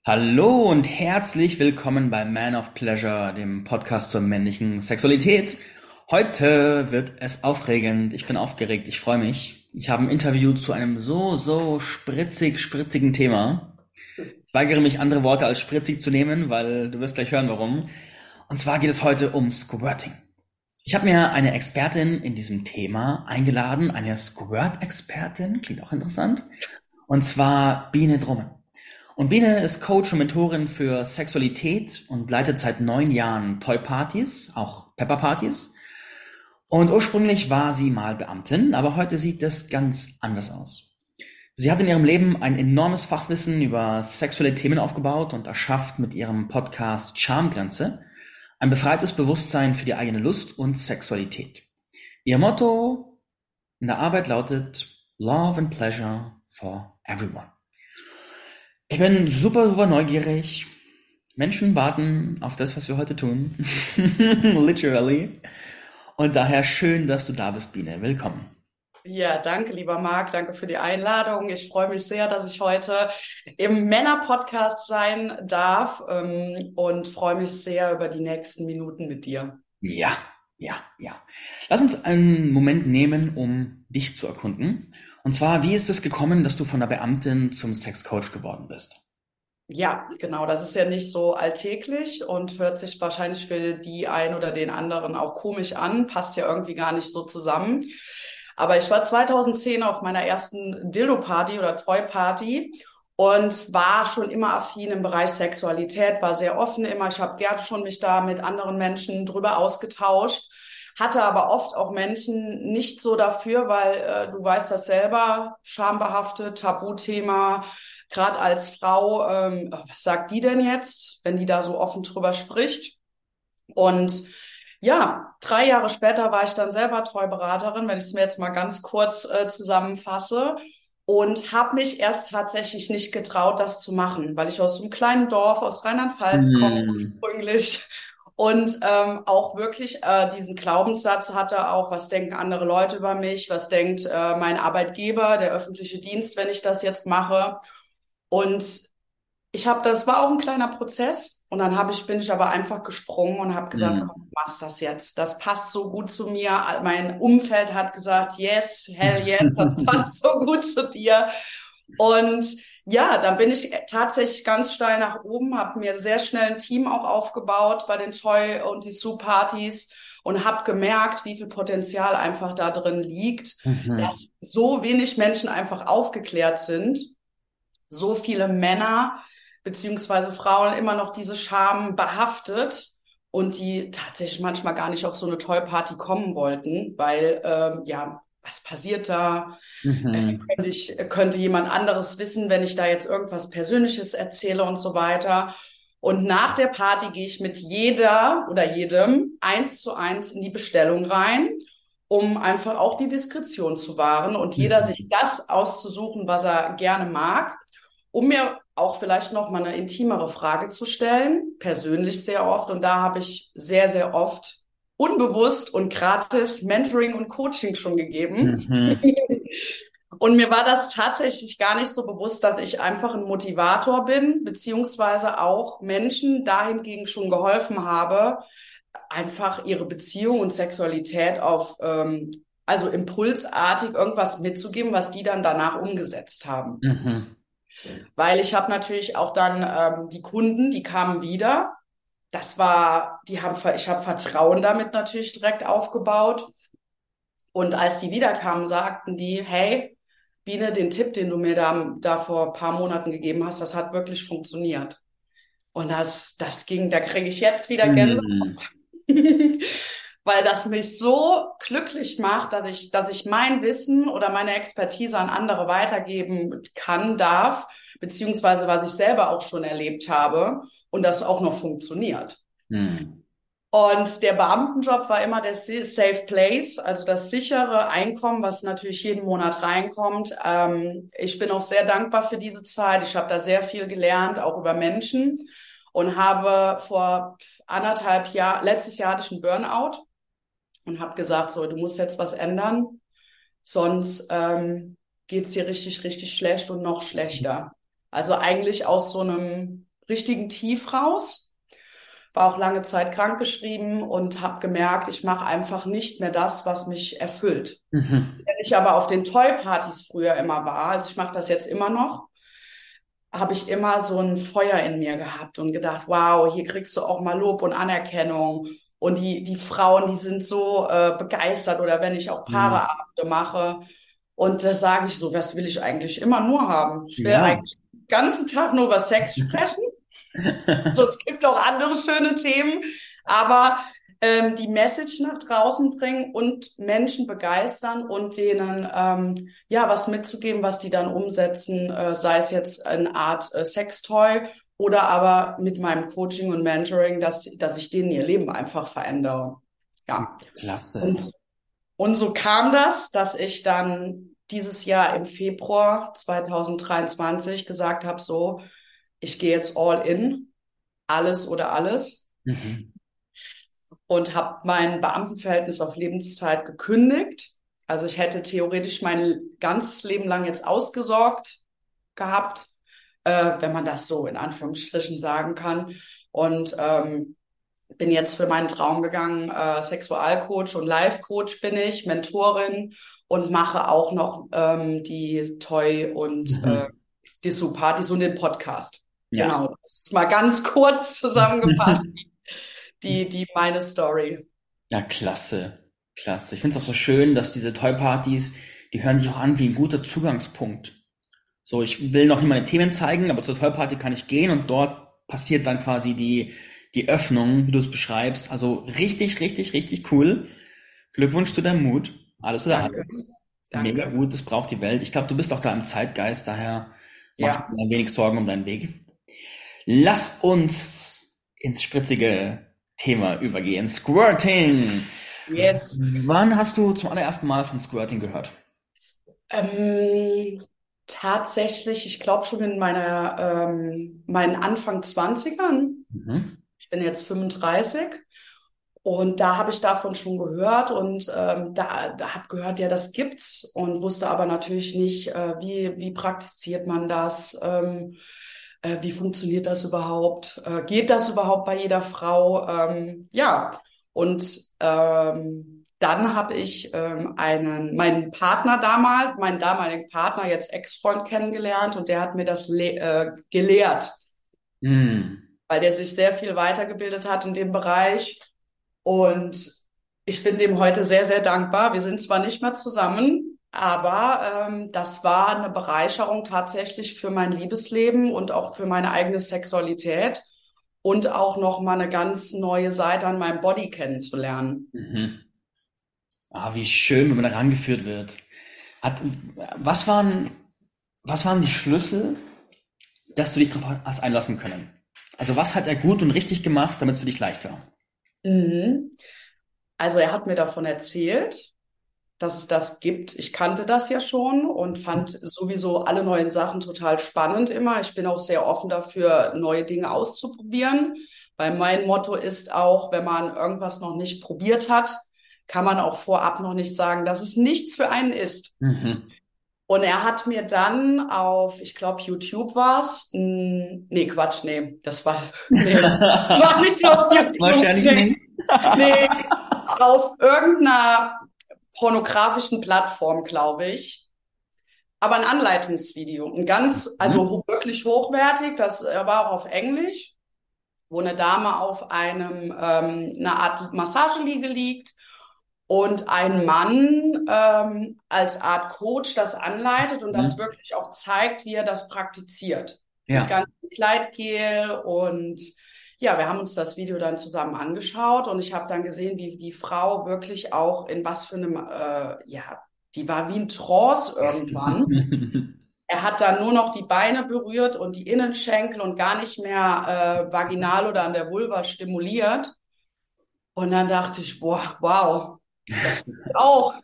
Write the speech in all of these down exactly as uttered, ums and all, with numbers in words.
Hallo und herzlich willkommen bei Man of Pleasure, dem Podcast zur männlichen Sexualität. Heute wird es aufregend. Ich bin aufgeregt. Ich freue mich. Ich habe ein Interview zu einem so, so spritzig, spritzigen Thema. Ich weigere mich, andere Worte als spritzig zu nehmen, weil du wirst gleich hören, warum. Und zwar geht es heute um Squirting. Ich habe mir eine Expertin in diesem Thema eingeladen, eine Squirt-Expertin, klingt auch interessant, und zwar Biene Drumme. Und Biene ist Coach und Mentorin für Sexualität und leitet seit neun Jahren Toy-Partys, auch Pepper-Partys. Und ursprünglich war sie mal Beamtin, aber heute sieht das ganz anders aus. Sie hat in ihrem Leben ein enormes Fachwissen über sexuelle Themen aufgebaut und erschafft mit ihrem Podcast Charmgrenze ein befreites Bewusstsein für die eigene Lust und Sexualität. Ihr Motto in der Arbeit lautet Love and Pleasure for Everyone. Ich bin super, super neugierig. Menschen warten auf das, was wir heute tun. Literally. Und daher schön, dass du da bist, Biene. Willkommen. Ja, danke, lieber Marc. Danke für die Einladung. Ich freue mich sehr, dass ich heute im Männer-Podcast sein darf, ähm, und freue mich sehr über die nächsten Minuten mit dir. Ja, ja, ja. Lass uns einen Moment nehmen, um dich zu erkunden. Und zwar, wie ist es gekommen, dass du von der Beamtin zum Sexcoach geworden bist? Ja, genau. Das ist ja nicht so alltäglich und hört sich wahrscheinlich für die einen oder den anderen auch komisch an. Passt ja irgendwie gar nicht so zusammen. Aber ich war zweitausendzehn auf meiner ersten Dildo-Party oder Toy-Party und war schon immer affin im Bereich Sexualität, war sehr offen immer. Ich habe gerne schon mich da mit anderen Menschen drüber ausgetauscht, hatte aber oft auch Menschen nicht so dafür, weil äh, du weißt das selber, schambehaftet, Tabuthema, gerade als Frau, ähm, was sagt die denn jetzt, wenn die da so offen drüber spricht? Und ja, drei Jahre später war ich dann selber Treu-Beraterin, wenn ich es mir jetzt mal ganz kurz äh, zusammenfasse. Und habe mich erst tatsächlich nicht getraut, das zu machen, weil ich aus so einem kleinen Dorf aus Rheinland-Pfalz komme Hm. ursprünglich und ähm, auch wirklich äh, diesen Glaubenssatz hatte, auch was denken andere Leute über mich, was denkt äh, mein Arbeitgeber, der öffentliche Dienst, wenn ich das jetzt mache. Und ich habe, das war auch ein kleiner Prozess und dann habe ich, bin ich aber einfach gesprungen und habe gesagt, komm, Hm. du machst das jetzt. Das passt so gut zu mir. Mein Umfeld hat gesagt, yes, hell yes, das passt so gut zu dir. Und ja, dann bin ich tatsächlich ganz steil nach oben, habe mir sehr schnell ein Team auch aufgebaut bei den Toy- und die Sue-Partys und habe gemerkt, wie viel Potenzial einfach da drin liegt, Mhm. dass so wenig Menschen einfach aufgeklärt sind, so viele Männer beziehungsweise Frauen immer noch diese Scham behaftet und die tatsächlich manchmal gar nicht auf so eine Toy-Party kommen wollten, weil ähm, ja, was passiert da? Äh, Mhm. könnte ich, könnte jemand anderes wissen, wenn ich da jetzt irgendwas Persönliches erzähle und so weiter. Und nach der Party gehe ich mit jeder oder jedem eins zu eins in die Bestellung rein, um einfach auch die Diskretion zu wahren und jeder sich Mhm. das auszusuchen, was er gerne mag, um mir auch vielleicht noch mal eine intimere Frage zu stellen, persönlich sehr oft. Und da habe ich sehr, sehr oft unbewusst und gratis Mentoring und Coaching schon gegeben. Mhm. Und mir war das tatsächlich gar nicht so bewusst, dass ich einfach ein Motivator bin, beziehungsweise auch Menschen dahingegen schon geholfen habe, einfach ihre Beziehung und Sexualität auf, ähm, also impulsartig irgendwas mitzugeben, was die dann danach umgesetzt haben. Mhm. Weil ich habe natürlich auch dann ähm, die Kunden, die kamen wieder. Das war, die haben, ich habe Vertrauen damit natürlich direkt aufgebaut. Und als die wiederkamen, sagten die, hey, Biene, den Tipp, den du mir da, da vor ein paar Monaten gegeben hast, das hat wirklich funktioniert. Und das, das ging, da kriege ich jetzt wieder Gänsehaut, Mhm. weil das mich so glücklich macht, dass ich, dass ich mein Wissen oder meine Expertise an andere weitergeben kann, darf, beziehungsweise was ich selber auch schon erlebt habe und das auch noch funktioniert. Mhm. Und der Beamtenjob war immer der Safe Place, also das sichere Einkommen, was natürlich jeden Monat reinkommt. Ähm, ich bin auch sehr dankbar für diese Zeit. Ich habe da sehr viel gelernt, auch über Menschen und habe vor anderthalb Jahr, letztes Jahr hatte ich einen Burnout und habe gesagt, so, du musst jetzt was ändern, sonst ähm, geht's dir richtig, richtig schlecht und noch schlechter. Also eigentlich aus so einem richtigen Tief raus. War auch lange Zeit krankgeschrieben und habe gemerkt, ich mache einfach nicht mehr das, was mich erfüllt. Mhm. Wenn ich aber auf den Toy-Partys früher immer war, also ich mache das jetzt immer noch, habe ich immer so ein Feuer in mir gehabt und gedacht, wow, hier kriegst du auch mal Lob und Anerkennung. Und die, die Frauen, die sind so äh, begeistert. Oder wenn ich auch Mhm. Paareabende mache. Und das sage ich so, was will ich eigentlich immer nur haben? Ich will Ja. eigentlich den ganzen Tag nur über Sex sprechen. So, es gibt auch andere schöne Themen, aber ähm, die Message nach draußen bringen und Menschen begeistern und denen ähm, ja was mitzugeben, was die dann umsetzen, äh, sei es jetzt eine Art äh, Sextoy oder aber mit meinem Coaching und Mentoring, dass, dass ich denen ihr Leben einfach verändere. Ja. Klasse. Und, und so kam das, dass ich dann dieses Jahr im Februar zwanzig dreiundzwanzig gesagt habe, so, ich gehe jetzt all in, alles oder alles, Mhm. und habe mein Beamtenverhältnis auf Lebenszeit gekündigt. Also ich hätte theoretisch mein ganzes Leben lang jetzt ausgesorgt gehabt, äh, wenn man das so in Anführungsstrichen sagen kann. Und ähm, bin jetzt für meinen Traum gegangen. Äh, Sexualcoach und Life-Coach bin ich, Mentorin und mache auch noch ähm, die Toy und äh, Mhm. die Partys und den Podcast. Ja. Genau, das ist mal ganz kurz zusammengefasst, die, die meine Story. Ja, klasse. Klasse. Ich finde es auch so schön, dass diese Toy-Partys, die hören sich auch an wie ein guter Zugangspunkt. So, ich will noch nicht meine Themen zeigen, aber zur Toy-Party kann ich gehen und dort passiert dann quasi die, die Öffnung, wie du es beschreibst. Also richtig, richtig, richtig cool. Glückwunsch zu deinem Mut. Alles oder Danke, alles. Mega danke. gut, das braucht die Welt. Ich glaube, du bist auch da im Zeitgeist, daher mach ich Ja, mir ein wenig Sorgen um deinen Weg. Lass uns ins spritzige Thema übergehen. Squirting. yes. Wann hast du zum allerersten Mal von Squirting gehört? Ähm, tatsächlich, ich glaube schon in meiner, ähm, meinen Anfang Zwanzigern. Mhm. Ich bin jetzt fünfunddreißig. Und da habe ich davon schon gehört und ähm, da, da habe gehört, ja, das gibt's und wusste aber natürlich nicht, äh, wie, wie praktiziert man das, ähm, äh, wie funktioniert das überhaupt, äh, geht das überhaupt bei jeder Frau? Ähm, ja, und ähm, dann habe ich ähm, einen, meinen Partner damals, meinen damaligen Partner, jetzt Ex-Freund kennengelernt und der hat mir das le äh, gelehrt, Mm. weil der sich sehr viel weitergebildet hat in dem Bereich. Und ich bin dem heute sehr, sehr dankbar. Wir sind zwar nicht mehr zusammen, aber ähm, das war eine Bereicherung tatsächlich für mein Liebesleben und auch für meine eigene Sexualität und auch noch mal eine ganz neue Seite an meinem Body kennenzulernen. Mhm. Ah, wie schön, wenn man da rangeführt wird. Hat, was waren, was waren die Schlüssel, dass du dich darauf hast einlassen können? Also was hat er gut und richtig gemacht, damit es für dich leicht war? Mhm. Also er hat mir davon erzählt, dass es das gibt. Ich kannte das ja schon und fand sowieso alle neuen Sachen total spannend immer. Ich bin auch sehr offen dafür, neue Dinge auszuprobieren, weil mein Motto ist auch, wenn man irgendwas noch nicht probiert hat, kann man auch vorab noch nicht sagen, dass es nichts für einen ist. Mhm. Und er hat mir dann auf, ich glaube, YouTube war's, n- nee, Quatsch, nee, das war, nee, war nicht auf YouTube, Wahrscheinlich nee, nicht. nee, auf irgendeiner pornografischen Plattform, glaube ich. Aber ein Anleitungsvideo. Ein ganz, also Mhm. ho- wirklich hochwertig. Das äh, war auch auf Englisch, wo eine Dame auf einem, ähm, eine Art Massageliege liegt und ein Mann ähm, als Art Coach das anleitet und das Mhm. wirklich auch zeigt, wie er das praktiziert. Mit Ja. ganzem Kleidgel und ja, wir haben uns das Video dann zusammen angeschaut und ich habe dann gesehen, wie die Frau wirklich auch in was für einem, äh, ja, die war wie ein Trance irgendwann. Er hat dann nur noch die Beine berührt und die Innenschenkel und gar nicht mehr äh, vaginal oder an der Vulva stimuliert. Und dann dachte ich, boah, wow, das will ich auch.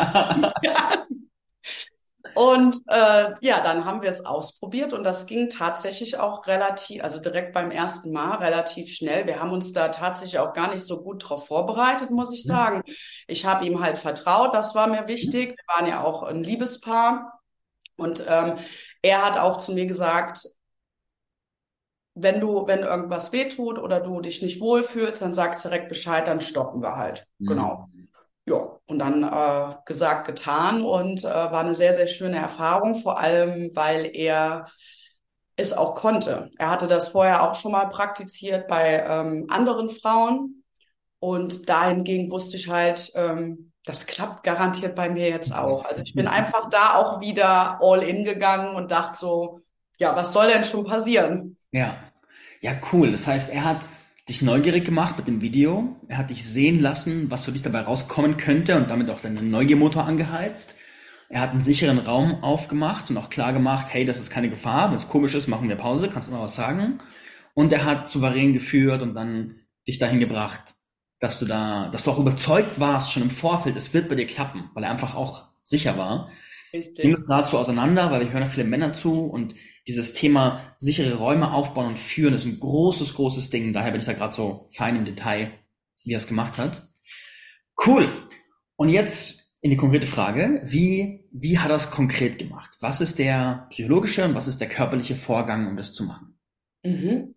Und äh, ja, dann haben wir es ausprobiert und das ging tatsächlich auch relativ, also direkt beim ersten Mal relativ schnell. Wir haben uns da tatsächlich auch gar nicht so gut drauf vorbereitet, muss ich sagen. Ich habe ihm halt vertraut, das war mir wichtig. Wir waren ja auch ein Liebespaar und ähm, er hat auch zu mir gesagt, wenn du, wenn irgendwas wehtut oder du dich nicht wohlfühlst, dann sagst du direkt Bescheid, dann stoppen wir halt. Genau. Mhm. Ja, und dann äh, gesagt, getan und äh, war eine sehr, sehr schöne Erfahrung, vor allem, weil er es auch konnte. Er hatte das vorher auch schon mal praktiziert bei ähm, anderen Frauen und dahingegen wusste ich halt, ähm, das klappt garantiert bei mir jetzt auch. Also ich bin einfach da auch wieder all in gegangen und dachte so, ja, was soll denn schon passieren? Ja. Ja, cool. Das heißt, er hat dich neugierig gemacht mit dem Video. Er hat dich sehen lassen, was für dich dabei rauskommen könnte und damit auch deinen Neugiermotor angeheizt. Er hat einen sicheren Raum aufgemacht und auch klar gemacht, hey, das ist keine Gefahr. Wenn es komisch ist, machen wir Pause, kannst immer was sagen. Und er hat souverän geführt und dann dich dahin gebracht, dass du da, dass du auch überzeugt warst schon im Vorfeld, es wird bei dir klappen, weil er einfach auch sicher war. Ich nehme Richtig. das gerade so auseinander, weil wir hören ja viele Männer zu und dieses Thema sichere Räume aufbauen und führen ist ein großes, großes Ding. Daher bin ich da gerade so fein im Detail, wie er es gemacht hat. Cool. Und jetzt in die konkrete Frage, wie, wie hat er es konkret gemacht? Was ist der psychologische und was ist der körperliche Vorgang, um das zu machen? Mhm.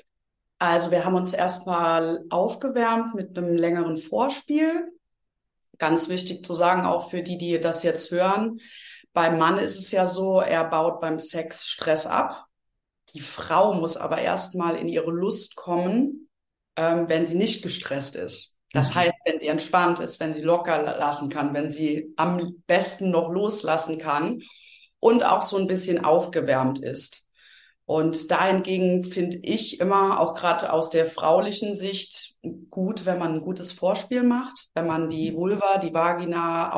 Also wir haben uns erstmal aufgewärmt mit einem längeren Vorspiel. Ganz wichtig zu sagen, auch für die, die das jetzt hören. Beim Mann ist es ja so, er baut beim Sex Stress ab. Die Frau muss aber erstmal in ihre Lust kommen, ähm, wenn sie nicht gestresst ist. Das Mhm. heißt, wenn sie entspannt ist, wenn sie locker lassen kann, wenn sie am besten noch loslassen kann und auch so ein bisschen aufgewärmt ist. Und dahingegen finde ich immer, auch gerade aus der fraulichen Sicht, gut, wenn man ein gutes Vorspiel macht, wenn man die Vulva, die Vagina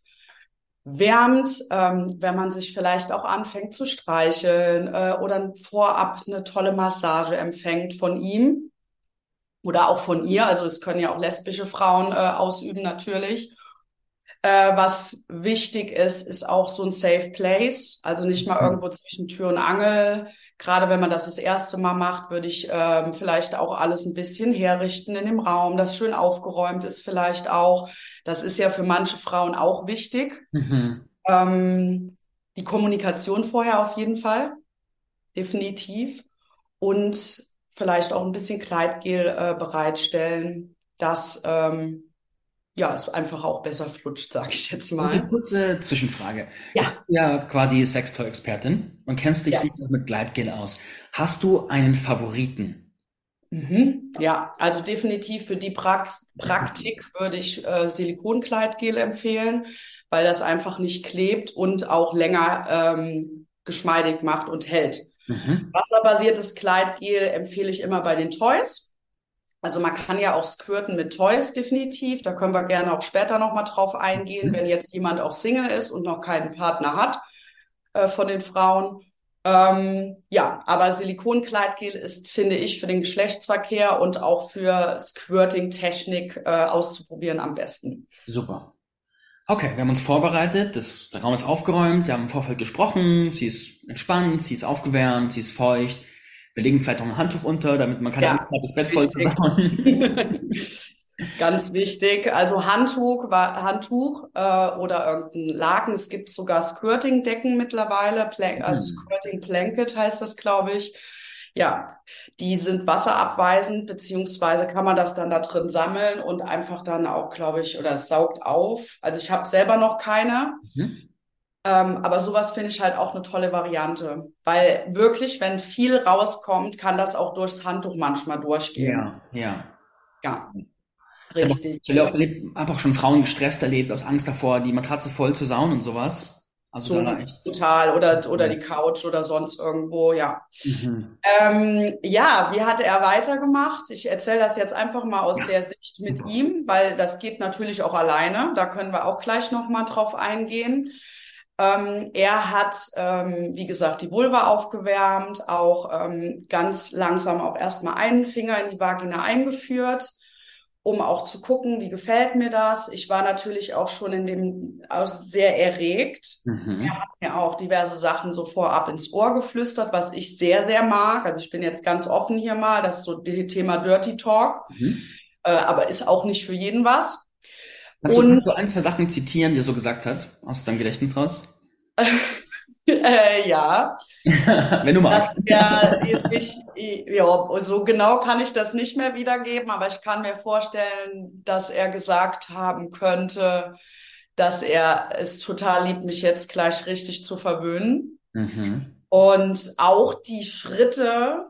aufwärmt, ähm, wenn man sich vielleicht auch anfängt zu streicheln äh, oder vorab eine tolle Massage empfängt von ihm oder auch von ihr. Also es können ja auch lesbische Frauen äh, ausüben natürlich. Äh, was wichtig ist, ist auch so ein Safe Place, also nicht mal irgendwo zwischen Tür und Angel. Gerade wenn man das das erste Mal macht, würde ich ähm, vielleicht auch alles ein bisschen herrichten in dem Raum, das schön aufgeräumt ist vielleicht auch. Das ist ja für manche Frauen auch wichtig. Mhm. Ähm, die Kommunikation vorher auf jeden Fall, definitiv. Und vielleicht auch ein bisschen Kleidgel äh, bereitstellen, dass ähm, ja, es einfach auch besser flutscht, sage ich jetzt Und eine mal. kurze Zwischenfrage. Jetzt bist Ja, du ja quasi Sextoy-Expertin und kennst dich ja. sicher mit Gleitgel aus. Hast du einen Favoriten? Mhm. Ja, also definitiv für die Prax Praktik würde ich äh, Silikonkleidgel empfehlen, weil das einfach nicht klebt und auch länger ähm, geschmeidig macht und hält. Mhm. Wasserbasiertes Kleidgel empfehle ich immer bei den Toys. Also man kann ja auch squirten mit Toys definitiv. Da können wir gerne auch später nochmal drauf eingehen, wenn jetzt jemand auch Single ist und noch keinen Partner hat äh, von den Frauen. Ähm, ja, aber Silikonkleidgel ist, finde ich, für den Geschlechtsverkehr und auch für Squirting-Technik äh, auszuprobieren am besten. Super. Okay, wir haben uns vorbereitet, das, der Raum ist aufgeräumt, wir haben im Vorfeld gesprochen, sie ist entspannt, sie ist aufgewärmt, sie ist feucht. Wir legen vielleicht auch ein Handtuch unter, damit man keine Angst Ja, hat, das Bett voll zu wichtig. bauen. Ganz wichtig. Also Handtuch, war Handtuch äh, oder irgendein Laken. Es gibt sogar Squirting-Decken mittlerweile. Pla also Hm. Squirting Blanket heißt das, glaube ich. Ja, die sind wasserabweisend, beziehungsweise kann man das dann da drin sammeln und einfach dann auch, glaube ich, oder es saugt auf. Also ich habe selber noch keine. Mhm. Ähm, aber sowas finde ich halt auch eine tolle Variante. Weil wirklich, wenn viel rauskommt, kann das auch durchs Handtuch manchmal durchgehen. Ja, ja. Ja, Ich habe auch, richtig. ich habe auch, erlebt, hab auch schon Frauen gestresst erlebt, aus Angst davor, die Matratze voll zu sauen und sowas. Also da So echt. total oder oder die Couch oder sonst irgendwo, ja. Mhm. Ähm, ja, wie hat er weitergemacht? Ich erzähle das jetzt einfach mal aus Ja, der Sicht mit super. ihm, weil das geht natürlich auch alleine. Da können wir auch gleich noch mal drauf eingehen. Ähm, er hat, ähm, wie gesagt, die Vulva aufgewärmt, auch ähm, ganz langsam auch erstmal einen Finger in die Vagina eingeführt, um auch zu gucken, wie gefällt mir das. Ich war natürlich auch schon in dem aus sehr erregt. Er Mhm. hat mir auch diverse Sachen so vorab ins Ohr geflüstert, was ich sehr, sehr mag. Also ich bin jetzt ganz offen hier mal, das ist so das Thema Dirty Talk, Mhm. äh, aber ist auch nicht für jeden was. Kannst du, Und kannst du ein, zwei Sachen zitieren, die er so gesagt hat, aus deinem Gedächtnis raus? Äh, ja, Wenn du dass magst. er jetzt nicht, ja, so genau kann ich das nicht mehr wiedergeben, aber ich kann mir vorstellen, dass er gesagt haben könnte, dass er es total liebt, mich jetzt gleich richtig zu verwöhnen Mhm. und auch die Schritte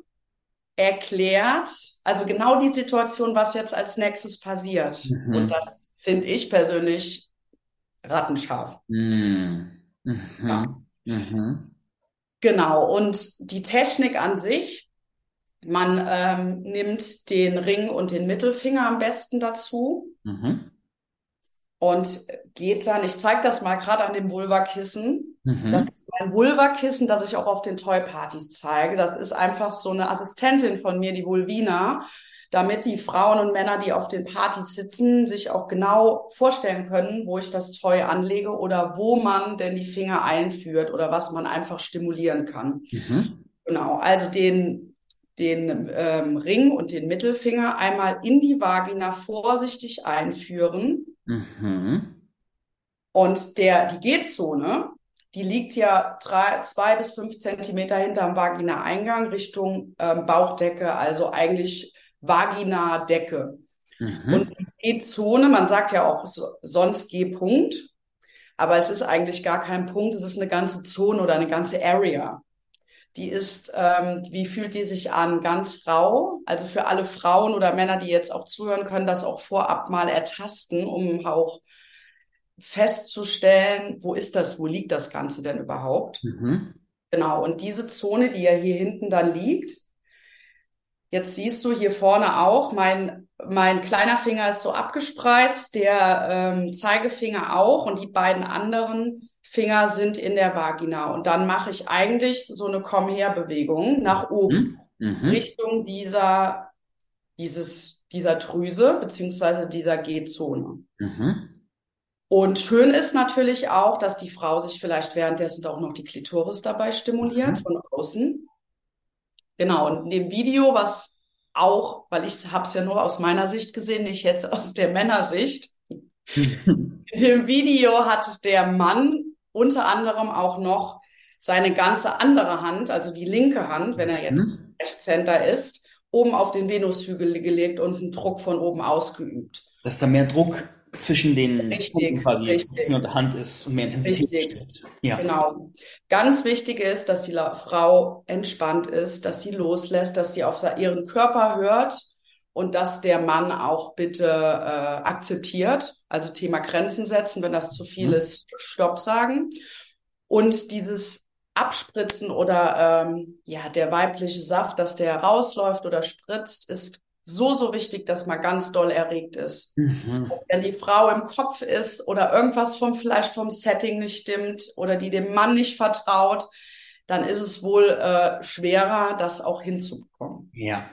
erklärt, also genau die Situation, was jetzt als nächstes passiert. Und Mhm. das finde ich persönlich rattenscharf. Mhm. Ja, Mhm. Mhm. genau. Und die Technik an sich, man ähm, nimmt den Ring und den Mittelfinger am besten dazu Mhm. und geht dann, ich zeige das mal gerade an dem Vulvakissen. Das Mhm. ist ein Vulvakissen, das ich auch auf den Toy-Partys zeige. Das ist einfach so eine Assistentin von mir, die Vulvina, damit die Frauen und Männer, die auf den Partys sitzen, sich auch genau vorstellen können, wo ich das Toy anlege oder wo man denn die Finger einführt oder was man einfach stimulieren kann. Mhm. Genau, also den, den ähm, Ring und den Mittelfinger einmal in die Vagina vorsichtig einführen. Mhm. Und der, die G-Zone, die liegt ja drei, zwei bis fünf Zentimeter hinterm Vagina-Eingang Richtung ähm, Bauchdecke, also eigentlich Vaginadecke. Und Mhm. die G-Zone, man sagt ja auch so, sonst G-Punkt, aber es ist eigentlich gar kein Punkt, es ist eine ganze Zone oder eine ganze Area. Die ist, ähm, wie fühlt die sich an? Ganz rau. Also für alle Frauen oder Männer, die jetzt auch zuhören, können das auch vorab mal ertasten, um auch festzustellen, wo ist das, wo liegt das Ganze denn überhaupt? Mhm. Genau, und diese Zone, die ja hier hinten dann liegt, jetzt siehst du hier vorne auch, mein, mein kleiner Finger ist so abgespreizt, der ähm, Zeigefinger auch und die beiden anderen Finger sind in der Vagina. Und dann mache ich eigentlich so eine Komm-her-Bewegung nach oben, Mhm. Mhm. Richtung dieser, dieses, dieser Drüse beziehungsweise dieser G-Zone. Mhm. Und schön ist natürlich auch, dass die Frau sich vielleicht währenddessen auch noch die Klitoris dabei stimuliert Mhm. von außen. Genau, und in dem Video, was auch, weil ich habe es ja nur aus meiner Sicht gesehen, nicht jetzt aus der Männersicht. Mhm. In dem Video hat der Mann unter anderem auch noch seine ganze andere Hand, also die linke Hand, wenn er jetzt Mhm. Rechtshänder ist, oben auf den Venushügel gelegt und einen Druck von oben ausgeübt. Dass da mehr Druck zwischen den Punkten Richtig, quasi von Finger richtig. und Hand ist und mehr Intensität Richtig, entsteht. Ja. genau. Ganz wichtig ist, dass die La- Frau entspannt ist, dass sie loslässt, dass sie auf sa- ihren Körper hört und dass der Mann auch bitte äh, akzeptiert. Also Thema Grenzen setzen, wenn das zu viel Mhm. ist, Stopp sagen. Und dieses Abspritzen oder ähm, ja, der weibliche Saft, dass der rausläuft oder spritzt, ist so, so wichtig, dass man ganz doll erregt ist. Mhm. Wenn die Frau im Kopf ist oder irgendwas vom vielleicht vom Setting nicht stimmt oder die dem Mann nicht vertraut, dann ist es wohl äh, schwerer, das auch hinzubekommen. Ja.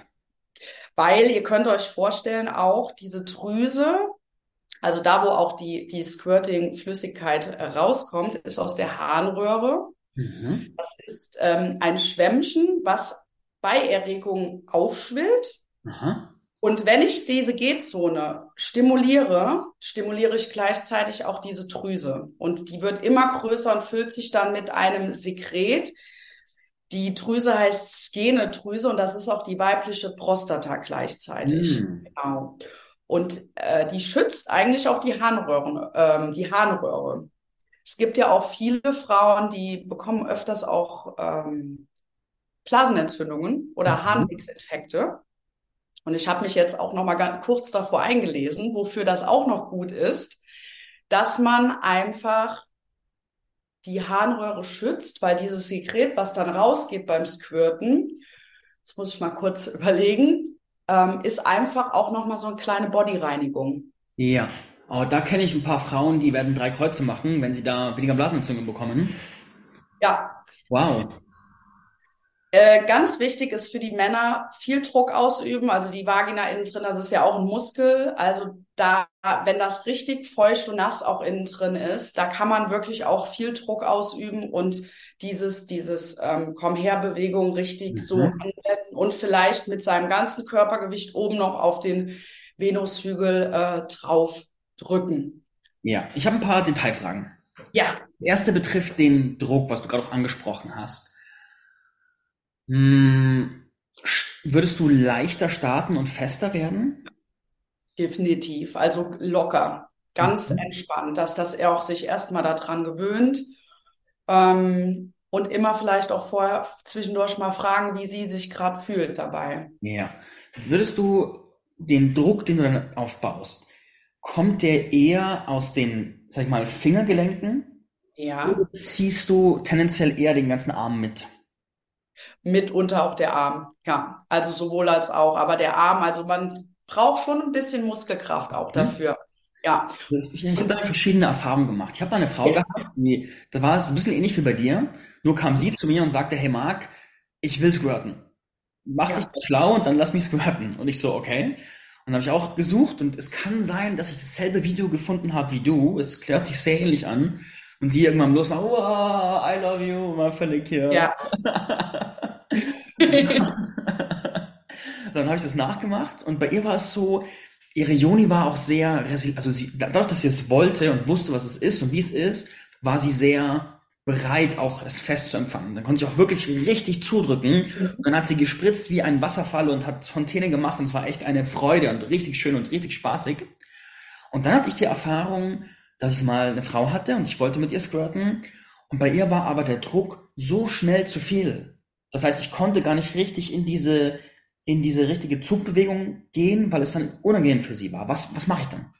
Weil ihr könnt euch vorstellen, auch diese Drüse, also da, wo auch die, die Squirting-Flüssigkeit äh, rauskommt, ist aus der Harnröhre. Mhm. Das ist ähm, ein Schwämmchen, was bei Erregung aufschwillt. Aha. Und wenn ich diese G-Zone stimuliere, stimuliere ich gleichzeitig auch diese Drüse. Und die wird immer größer und füllt sich dann mit einem Sekret. Die Drüse heißt Skenedrüse und das ist auch die weibliche Prostata gleichzeitig. Mhm. Genau. Und äh, die schützt eigentlich auch die Harnröhren, ähm, die Harnröhre. Es gibt ja auch viele Frauen, die bekommen öfters auch ähm, Blasenentzündungen oder Mhm. Harnwegsinfekte. Und ich habe mich jetzt auch noch mal ganz kurz davor eingelesen, wofür das auch noch gut ist, dass man einfach die Harnröhre schützt, weil dieses Sekret, was dann rausgeht beim Squirten, das muss ich mal kurz überlegen, ähm, ist einfach auch noch mal so eine kleine Bodyreinigung. Ja. Aber da kenne ich ein paar Frauen, die werden drei Kreuze machen, wenn sie da weniger Blasenentzündung bekommen. Ja, Wow. Äh, ganz wichtig ist für die Männer viel Druck ausüben. Also die Vagina innen drin, das ist ja auch ein Muskel. Also da, wenn das richtig feucht und nass auch innen drin ist, da kann man wirklich auch viel Druck ausüben und dieses, dieses ähm, Komm-her-Bewegung richtig so Mhm. anwenden und vielleicht mit seinem ganzen Körpergewicht oben noch auf den Venushügel äh, drauf drücken. Ja. Ich habe ein paar Detailfragen. Ja, Das erste betrifft den Druck, was du gerade auch angesprochen hast. Hm, würdest du leichter starten und fester werden? definitiv. Also locker, ganz Mhm. entspannt, dass das er auch sich erstmal daran gewöhnt. Ähm, und immer vielleicht auch vorher zwischendurch mal fragen, wie sie sich gerade fühlt dabei. Ja. Würdest du den Druck, den du dann aufbaust, kommt der eher aus den, sag ich mal, Fingergelenken oder Ja, ziehst du tendenziell eher den ganzen Arm mit? mitunter auch der Arm. Ja, also sowohl als auch. Aber der Arm, also man braucht schon ein bisschen Muskelkraft auch Hm? dafür. Ja. Ich, ich habe Und da verschiedene Erfahrungen gemacht. Ich habe da eine Frau ja, gehabt, die, da war es ein bisschen ähnlich wie bei dir, nur kam sie zu mir und sagte, hey Marc, ich will squirten. Mach dich ja, mal schlau und dann lass mich squirten. Und ich so, okay. Und dann habe ich auch gesucht und es kann sein, dass ich dasselbe Video gefunden habe wie du. Es hört sich sehr ähnlich an. Und sie irgendwann bloß war, wow, I love you, mal völlig hier. ja. Dann habe ich das nachgemacht und bei ihr war es so, ihre Joni war auch sehr, resi- also sie, dadurch, dass sie es wollte und wusste, was es ist und wie es ist, war sie sehr bereit, auch es fest zu empfangen. Dann konnte ich auch wirklich richtig zudrücken und dann hat sie gespritzt wie ein Wasserfall und hat Fontäne gemacht und es war echt eine Freude und richtig schön und richtig spaßig. Und dann hatte ich die Erfahrung, dass ich mal eine Frau hatte und ich wollte mit ihr squirten und bei ihr war aber der Druck so schnell zu viel. Das heißt, ich konnte gar nicht richtig in diese in diese richtige Zugbewegung gehen, weil es dann unangenehm für sie war. Was was mache ich dann?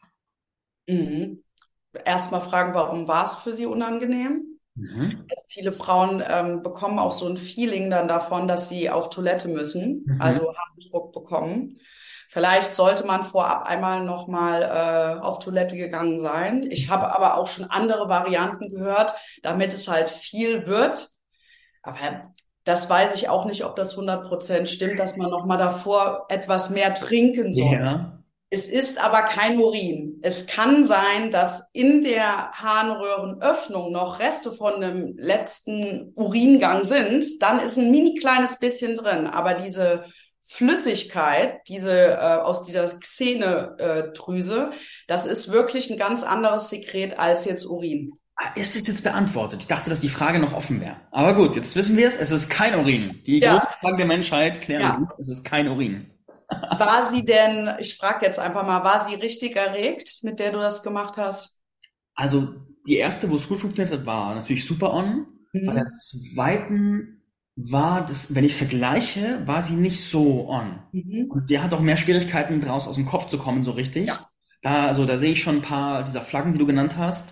Mhm. Erstmal fragen, warum war es für sie unangenehm? Mhm. Also viele Frauen ähm, bekommen auch so ein Feeling dann davon, dass sie auf Toilette müssen, Mhm. also Harndruck bekommen. Vielleicht sollte man vorab einmal nochmal äh, auf Toilette gegangen sein. Ich habe aber auch schon andere Varianten gehört, damit es halt viel wird. Aber das weiß ich auch nicht, ob das hundert Prozent stimmt, dass man nochmal davor etwas mehr trinken soll. Ja. Es ist aber kein Urin. Es kann sein, dass in der Harnröhrenöffnung noch Reste von einem letzten Uringang sind. Dann ist ein mini kleines bisschen drin. Aber diese Flüssigkeit, diese äh, aus dieser Xene-Drüse, das ist wirklich ein ganz anderes Sekret als jetzt Urin. Ah, ist es jetzt beantwortet? Ich dachte, dass die Frage noch offen wäre. Aber gut, jetzt wissen wir es. Es ist kein Urin. Die großen Ja, Fragen der Menschheit klären sich. ja. Es ist kein Urin. War sie denn, ich frage jetzt einfach mal, war sie richtig erregt, mit der du das gemacht hast? Also die erste, wo es gut funktioniert hat, war natürlich Super On. Bei der Mhm. zweiten war das, wenn ich vergleiche, war sie nicht so on. Mhm. Und der hat auch mehr Schwierigkeiten draus aus dem Kopf zu kommen, so richtig. Ja. Da, also da sehe ich schon ein paar dieser Flaggen, die du genannt hast.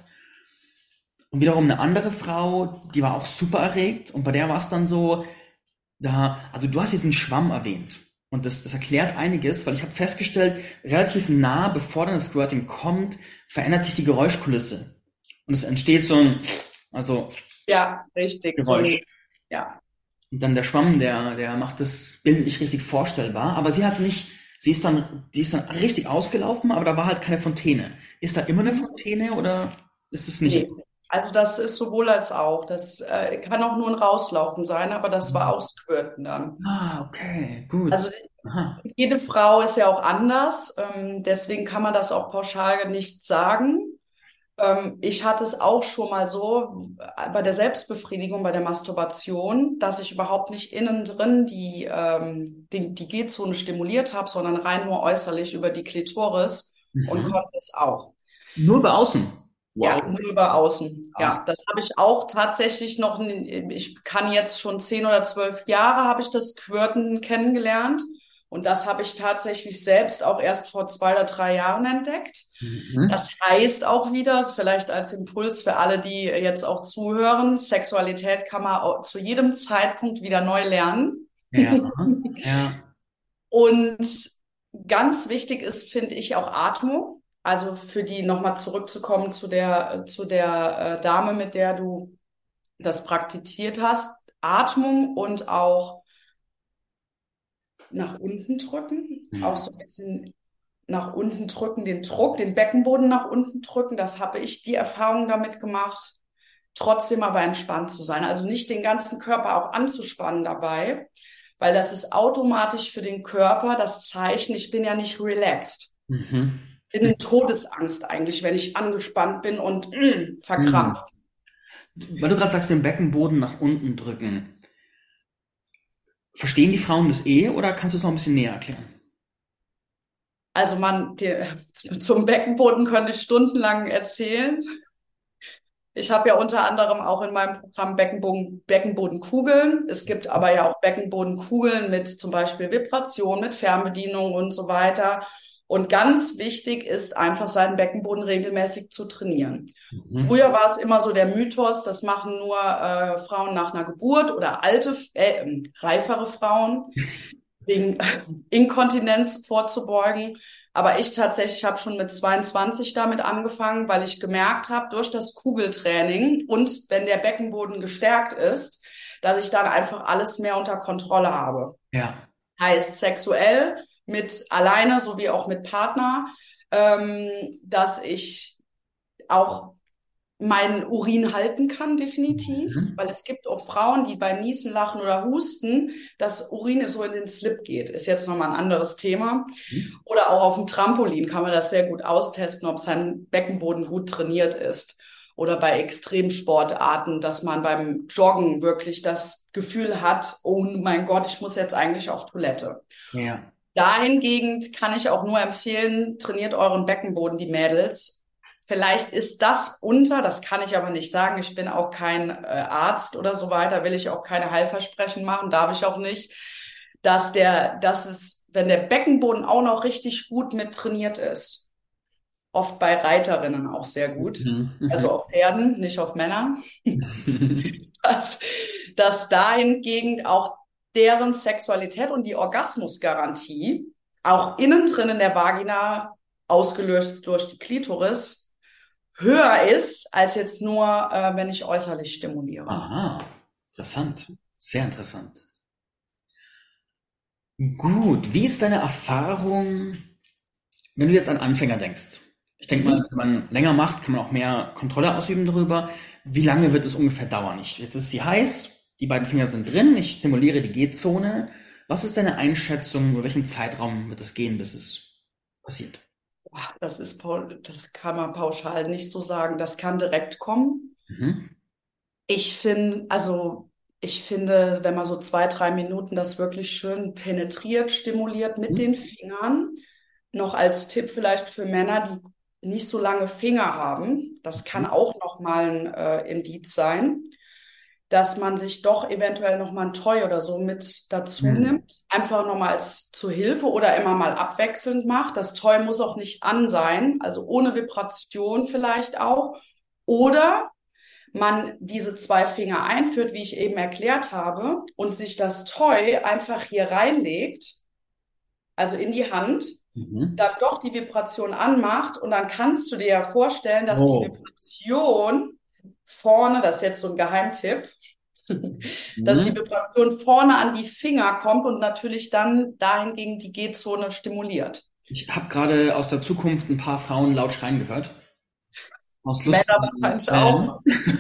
Und wiederum eine andere Frau, die war auch super erregt. Und bei der war es dann so, da, also du hast jetzt einen Schwamm erwähnt. Und das, das erklärt einiges, weil ich habe festgestellt, relativ nah, bevor dann das Squirting kommt, verändert sich die Geräuschkulisse. Und es entsteht so ein, also Ja, richtig. So Geräusch. ein, ja. Und dann der Schwamm, der, der macht das Bild nicht richtig vorstellbar. Aber sie hat nicht, sie ist dann, die ist dann richtig ausgelaufen, aber da war halt keine Fontäne. Ist da immer eine Mhm. Fontäne oder ist es nicht? Nee. Also das ist sowohl als auch. Das äh, kann auch nur ein Rauslaufen sein, aber das war auch Squirten dann. Ah, okay, gut. Also Aha. jede Frau ist ja auch anders. Ähm, deswegen kann man das auch pauschal nicht sagen. Ähm, ich hatte es auch schon mal so äh, bei der Selbstbefriedigung, bei der Masturbation, dass ich überhaupt nicht innen drin die, ähm, die, die G-Zone stimuliert habe, sondern rein nur äußerlich über die Klitoris und Mhm. konnte es auch. Nur bei außen. Wow. Ja, nur über außen. Krass. Ja, das habe ich auch tatsächlich noch, n- ich kann jetzt schon zehn oder zwölf Jahre habe ich das Squirten kennengelernt. Und das habe ich tatsächlich selbst auch erst vor zwei oder drei Jahren entdeckt. Mhm. Das heißt auch wieder, vielleicht als Impuls für alle, die jetzt auch zuhören, Sexualität kann man auch zu jedem Zeitpunkt wieder neu lernen. Ja, ja. Und ganz wichtig ist, finde ich, auch Atmung. Also für die nochmal zurückzukommen zu der, zu der äh, Dame, mit der du das praktiziert hast. Atmung und auch nach unten drücken, auch Mhm. so ein bisschen nach unten drücken, den Druck, den Beckenboden nach unten drücken. Das habe ich die Erfahrung damit gemacht, trotzdem aber entspannt zu sein. Also nicht den ganzen Körper auch anzuspannen dabei, weil das ist automatisch für den Körper das Zeichen, ich bin ja nicht relaxed. Mhm. Bin in Todesangst eigentlich, wenn ich angespannt bin und mm, Mhm. verkrampft. Weil du gerade sagst, den Beckenboden nach unten drücken. Verstehen die Frauen das eh oder kannst du es noch ein bisschen näher erklären? Also man, die, zum Beckenboden könnte ich stundenlang erzählen. Ich habe ja unter anderem auch in meinem Programm Beckenboden, Beckenbodenkugeln. Es gibt aber ja auch Beckenbodenkugeln mit zum Beispiel Vibration, mit Fernbedienung und so weiter. Und ganz wichtig ist einfach, seinen Beckenboden regelmäßig zu trainieren. Mhm. Früher war es immer so der Mythos, das machen nur äh, Frauen nach einer Geburt oder alte, äh, reifere Frauen, wegen Inkontinenz vorzubeugen. Aber ich tatsächlich habe schon mit zweiundzwanzig damit angefangen, weil ich gemerkt habe, durch das Kugeltraining und wenn der Beckenboden gestärkt ist, dass ich dann einfach alles mehr unter Kontrolle habe. Ja. Heißt sexuell, mit alleine sowie auch mit Partner, ähm, dass ich auch meinen Urin halten kann, definitiv, Mhm. weil es gibt auch Frauen, die beim Niesen, Lachen oder Husten, das Urin so in den Slip geht. Ist jetzt nochmal ein anderes Thema. Oder auch auf dem Trampolin kann man das sehr gut austesten, ob sein Beckenboden gut trainiert ist. Oder bei Extremsportarten, dass man beim Joggen wirklich das Gefühl hat, oh mein Gott, ich muss jetzt eigentlich auf Toilette. Ja. Dahingegen kann ich auch nur empfehlen, trainiert euren Beckenboden, die Mädels. Vielleicht ist das unter, das kann ich aber nicht sagen. Ich bin auch kein äh, Arzt oder so weiter, will ich auch keine Heilversprechen machen, darf ich auch nicht, dass der, dass es, wenn der Beckenboden auch noch richtig gut mit trainiert ist, oft bei Reiterinnen auch sehr gut, Mhm. also Mhm. auf Pferden, nicht auf Männer, dass, dass dahingegen auch deren Sexualität und die Orgasmusgarantie auch innen drin in der Vagina, ausgelöst durch die Klitoris, höher ist als jetzt nur, äh, wenn ich äußerlich stimuliere. Aha, interessant. Sehr interessant. Gut, wie ist deine Erfahrung, wenn du jetzt an Anfänger denkst? Ich denke mal, Mhm. wenn man länger macht, kann man auch mehr Kontrolle ausüben darüber. Wie lange wird es ungefähr dauern? Ich, jetzt ist sie heiß, die beiden Finger sind drin, ich stimuliere die G-Zone. Was ist deine Einschätzung, über welchen Zeitraum wird es gehen, bis es passiert? Boah, das ist, paul- das kann man pauschal nicht so sagen. Das kann direkt kommen. Mhm. Ich finde, also ich finde, wenn man so zwei, drei Minuten das wirklich schön penetriert, stimuliert mit den Mhm. Fingern, noch als Tipp vielleicht für Männer, die nicht so lange Finger haben, das kann auch noch mal ein äh, Indiz sein, dass man sich doch eventuell noch mal ein Toy oder so mit dazu Mhm. nimmt, einfach noch mal als zur Hilfe oder immer mal abwechselnd macht. Das Toy muss auch nicht an sein, also ohne Vibration vielleicht auch. Oder man diese zwei Finger einführt, wie ich eben erklärt habe, und sich das Toy einfach hier reinlegt, also in die Hand, Mhm. dann doch die Vibration anmacht und dann kannst du dir ja vorstellen, dass die Oh. Vibration vorne, das ist jetzt so ein Geheimtipp, dass die Mhm. Vibration vorne an die Finger kommt und natürlich dann dahingegen die G-Zone stimuliert. Ich habe gerade aus der Zukunft ein paar Frauen laut schreien gehört. Aus Männer lustigen wahrscheinlich auch. Quellen.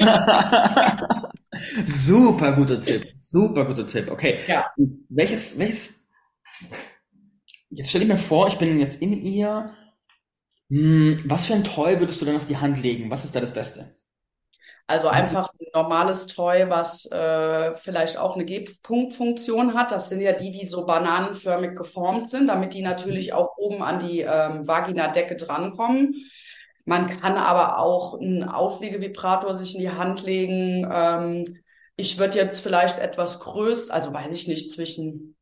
Super guter Tipp. Super guter Tipp. Okay. Ja. Und welches, welches, jetzt stell dir mir vor, ich bin jetzt in ihr. Hm, was für ein Toy würdest du denn auf die Hand legen? Was ist da das Beste? Also einfach ein normales Toy, was äh, vielleicht auch eine G-Punkt-Funktion hat. Das sind ja die, die so bananenförmig geformt sind, damit die natürlich auch oben an die ähm, Vaginadecke drankommen. Man kann aber auch einen Aufliegevibrator sich in die Hand legen. Ähm, ich würde jetzt vielleicht etwas größer, also weiß ich nicht, zwischen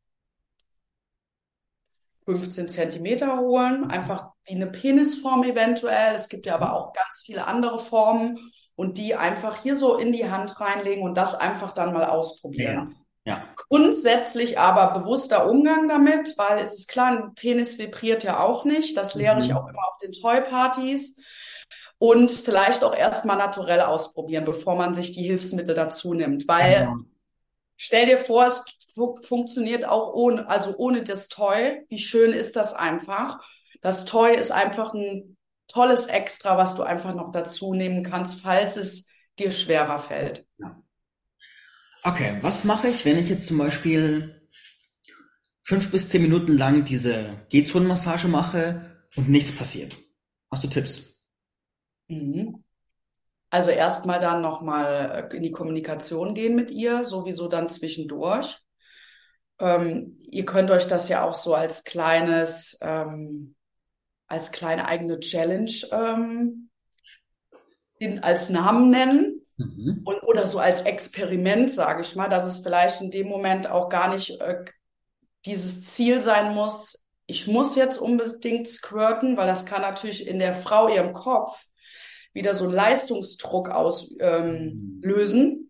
fünfzehn Zentimeter holen, einfach wie eine Penisform eventuell. Es gibt ja aber auch ganz viele andere Formen und die einfach hier so in die Hand reinlegen und das einfach dann mal Ja. ausprobieren. Ja. Grundsätzlich aber bewusster Umgang damit, weil es ist klar, ein Penis vibriert ja auch nicht. Das lehre ich auch Mhm. immer auf den Toy-Partys. Und vielleicht auch erstmal naturell ausprobieren, bevor man sich die Hilfsmittel dazu nimmt. Weil Genau. stell dir vor, es fu funktioniert auch ohne, also ohne das Toy. Wie schön ist das einfach? Das Toy ist einfach ein tolles Extra, was du einfach noch dazu nehmen kannst, falls es dir schwerer fällt. Ja. Okay, was mache ich, wenn ich jetzt zum Beispiel fünf bis zehn Minuten lang diese G-Zonen-Massage mache und nichts passiert? Hast du Tipps? Mhm. Also erstmal dann nochmal in die Kommunikation gehen mit ihr, sowieso dann zwischendurch. Ähm, ihr könnt euch das ja auch so als kleines, ähm, als kleine eigene Challenge ähm, in, als Namen nennen. Mhm. Und, oder so als Experiment, sage ich mal, dass es vielleicht in dem Moment auch gar nicht äh, dieses Ziel sein muss, ich muss jetzt unbedingt squirten, weil das kann natürlich in der Frau, ihrem Kopf, wieder so einen Leistungsdruck auslösen, ähm, Mhm. lösen,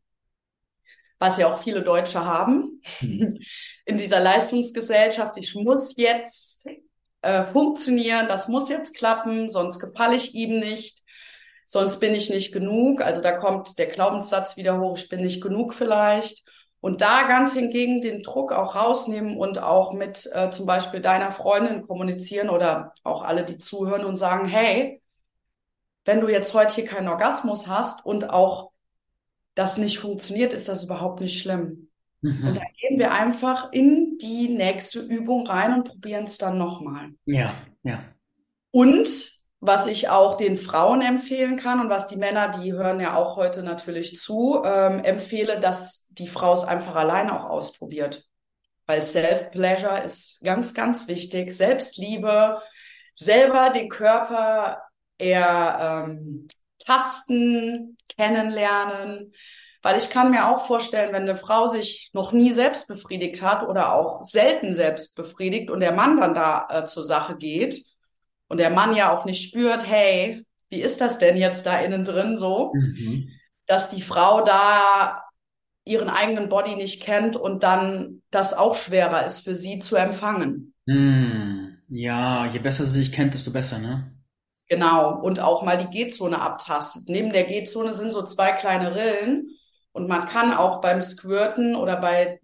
was ja auch viele Deutsche haben Mhm. in dieser Leistungsgesellschaft. Ich muss jetzt äh, funktionieren, das muss jetzt klappen, sonst gefalle ich ihm nicht. Sonst bin ich nicht genug. Also da kommt der Glaubenssatz wieder hoch, ich bin nicht genug vielleicht. Und da ganz hingegen den Druck auch rausnehmen und auch mit äh, zum Beispiel deiner Freundin kommunizieren oder auch alle, die zuhören und sagen, hey, wenn du jetzt heute hier keinen Orgasmus hast und auch das nicht funktioniert, ist das überhaupt nicht schlimm. Und dann Mhm. gehen wir einfach in die nächste Übung rein und probieren es dann nochmal. Ja, ja. Und was ich auch den Frauen empfehlen kann und was die Männer, die hören ja auch heute natürlich zu, ähm, empfehle, dass die Frau es einfach alleine auch ausprobiert. Weil Self-Pleasure ist ganz, ganz wichtig. Selbstliebe, selber den Körper eher ähm, tasten, kennenlernen. Weil ich kann mir auch vorstellen, wenn eine Frau sich noch nie selbst befriedigt hat oder auch selten selbst befriedigt und der Mann dann da äh, zur Sache geht, und der Mann ja auch nicht spürt, hey, wie ist das denn jetzt da innen drin so, Mhm. dass die Frau da ihren eigenen Body nicht kennt und dann das auch schwerer ist für sie zu empfangen. Mhm. Ja, je besser sie sich kennt, desto besser, ne? Genau. Und auch mal die G-Zone abtastet. Neben der G-Zone sind so zwei kleine Rillen und man kann auch beim Squirten oder bei